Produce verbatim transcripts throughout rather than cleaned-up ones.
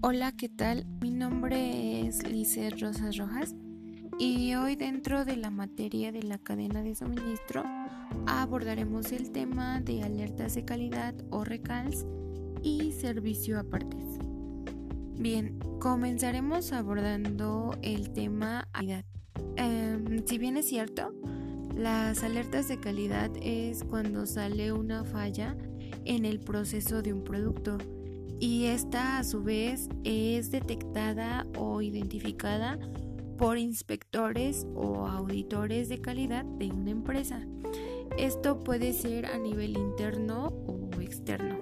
Hola, ¿qué tal? Mi nombre es Lizeth Rosas Rojas y hoy dentro de la materia de la cadena de suministro abordaremos el tema de alertas de calidad o recalls y servicio a partes. Bien, comenzaremos abordando el tema calidad. Eh, si bien es cierto, las alertas de calidad es cuando sale una falla en el proceso de un producto y esta a su vez es detectada o identificada por inspectores o auditores de calidad de una empresa. Esto puede ser a nivel interno o externo.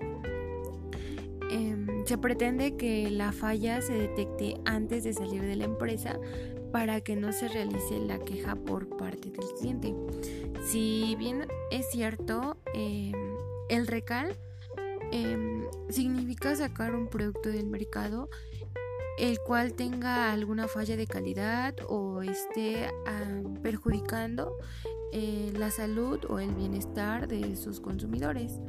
Eh, se pretende que la falla se detecte antes de salir de la empresa para que no se realice la queja por parte del cliente. Si bien es cierto, eh, el recal eh, significa sacar un producto del mercado el cual tenga alguna falla de calidad o esté uh, perjudicando eh, la salud o el bienestar de sus consumidores.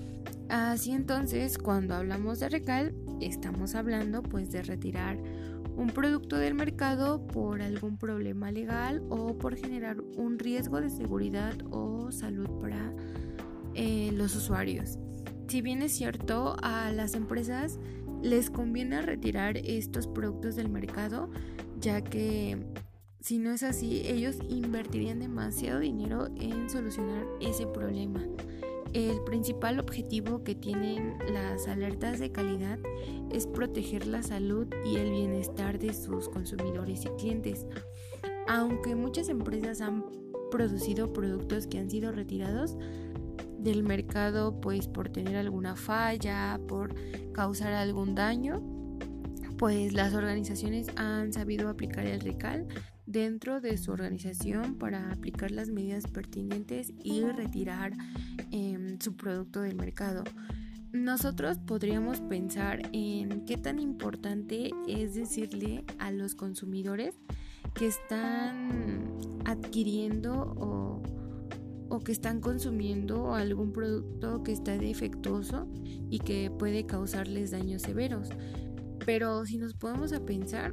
Así entonces, cuando hablamos de recal, estamos hablando pues de retirar un producto del mercado por algún problema legal o por generar un riesgo de seguridad o salud para eh, los usuarios. Si bien es cierto, a las empresas les conviene retirar estos productos del mercado, ya que si no es así, ellos invertirían demasiado dinero en solucionar ese problema. El principal objetivo que tienen las alertas de calidad es proteger la salud y el bienestar de sus consumidores y clientes. Aunque muchas empresas han producido productos que han sido retirados del mercado pues por tener alguna falla, por causar algún daño, pues las organizaciones han sabido aplicar el recal dentro de su organización para aplicar las medidas pertinentes y retirar eh, su producto del mercado. Nosotros podríamos pensar en qué tan importante es decirle a los consumidores que están adquiriendo o o que están consumiendo algún producto que está defectuoso y que puede causarles daños severos. Pero si nos podemos a pensar,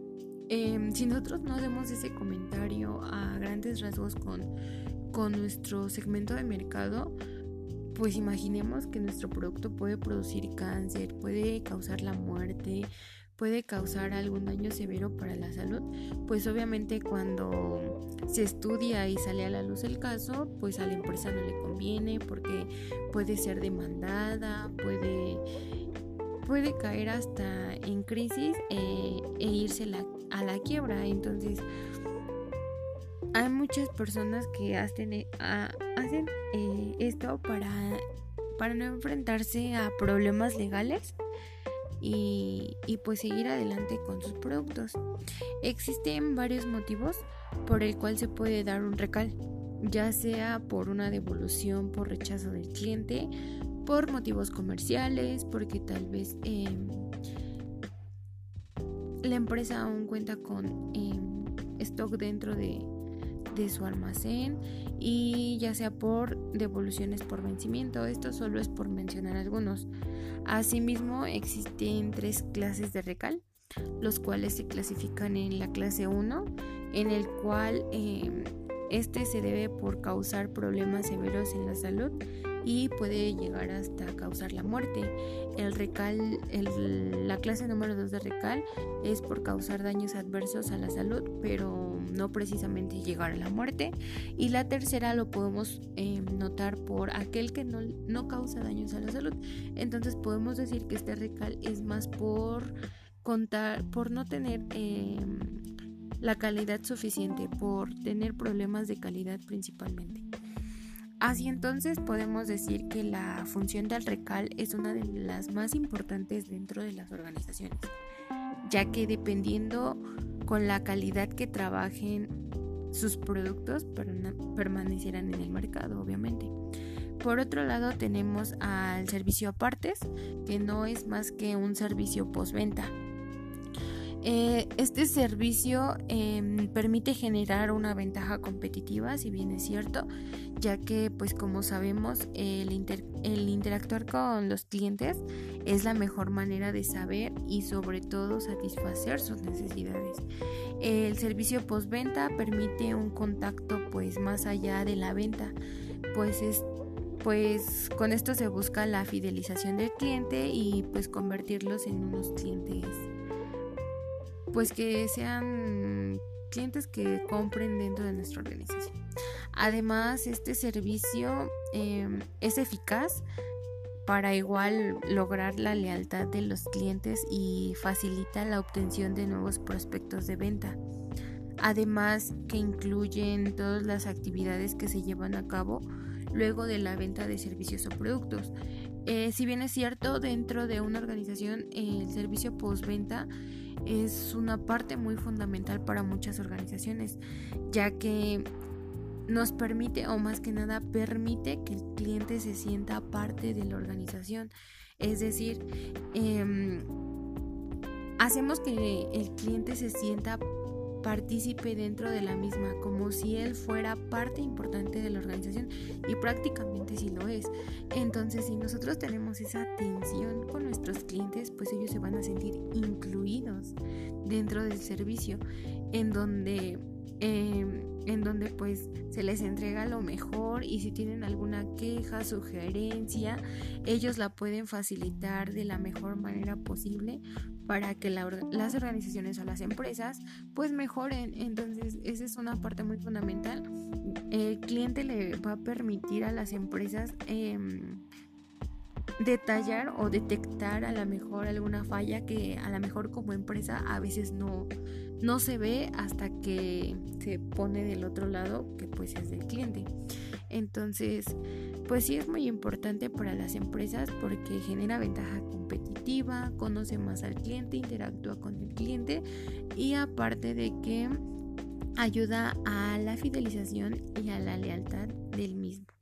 eh, si nosotros no hacemos ese comentario a grandes rasgos con, con nuestro segmento de mercado, pues imaginemos que nuestro producto puede producir cáncer, puede causar la muerte, puede causar algún daño severo para la salud. Pues obviamente cuando se estudia y sale a la luz el caso, pues a la empresa no le conviene porque puede ser demandada, puede, puede caer hasta en crisis eh, e irse la, a la quiebra. Entonces hay muchas personas que hacen, eh, a, hacen eh, esto para, para no enfrentarse a problemas legales Y, y pues seguir adelante con sus productos. Existen varios motivos por el cual se puede dar un recal, ya sea por una devolución por rechazo del cliente, por motivos comerciales, porque tal vez eh, la empresa aún cuenta con eh, stock dentro de, de su almacén, y ya sea por devoluciones por vencimiento. Esto solo es por mencionar algunos. Asimismo, existen tres clases de recal, los cuales se clasifican en la clase uno, en el cual eh, este se debe por causar problemas severos en la salud y puede llegar hasta causar la muerte. El recal, el, la clase número dos de recal es por causar daños adversos a la salud, pero no precisamente llegar a la muerte. Y la tercera lo podemos eh, notar por aquel que no, no causa daños a la salud. Entonces podemos decir que este recal es más por contar, por no tener eh, la calidad suficiente, por tener problemas de calidad principalmente. Así entonces podemos decir que la función del recal es una de las más importantes dentro de las organizaciones, ya que dependiendo con la calidad que trabajen sus productos permanecerán en el mercado, obviamente. Por otro lado tenemos al servicio a partes, que no es más que un servicio postventa. Eh, este servicio eh, permite generar una ventaja competitiva, si bien es cierto, ya que pues como sabemos el, inter- el interactuar con los clientes es la mejor manera de saber y sobre todo satisfacer sus necesidades. El servicio postventa permite un contacto pues más allá de la venta, pues es pues con esto se busca la fidelización del cliente y pues convertirlos en unos clientes pues que sean clientes que compren dentro de nuestra organización. Además, este servicio eh, es eficaz para igual lograr la lealtad de los clientes y facilita la obtención de nuevos prospectos de venta. Además, que incluyen todas las actividades que se llevan a cabo luego de la venta de servicios o productos. Eh, si bien es cierto, dentro de una organización eh, el servicio postventa es una parte muy fundamental para muchas organizaciones, ya que nos permite, o más que nada permite, que el cliente se sienta parte de la organización. Es decir, eh, hacemos que el cliente se sienta partícipe dentro de la misma, como si él fuera parte importante de la organización, y prácticamente sí lo es. Entonces, si nosotros tenemos esa atención con nuestros clientes, pues ellos se van a sentir incluidos dentro del servicio, en donde eh, en donde pues se les entrega lo mejor, y si tienen alguna queja, sugerencia, ellos la pueden facilitar de la mejor manera posible para que la, las organizaciones o las empresas pues mejoren. Entonces esa es una parte muy fundamental. El cliente le va a permitir a las empresas eh, detallar o detectar a lo mejor alguna falla que a lo mejor como empresa a veces no, no se ve hasta que se pone del otro lado, que pues es del cliente. Entonces, pues sí es muy importante para las empresas porque genera ventaja competitiva, conoce más al cliente, interactúa con el cliente, y aparte de que ayuda a la fidelización y a la lealtad del mismo.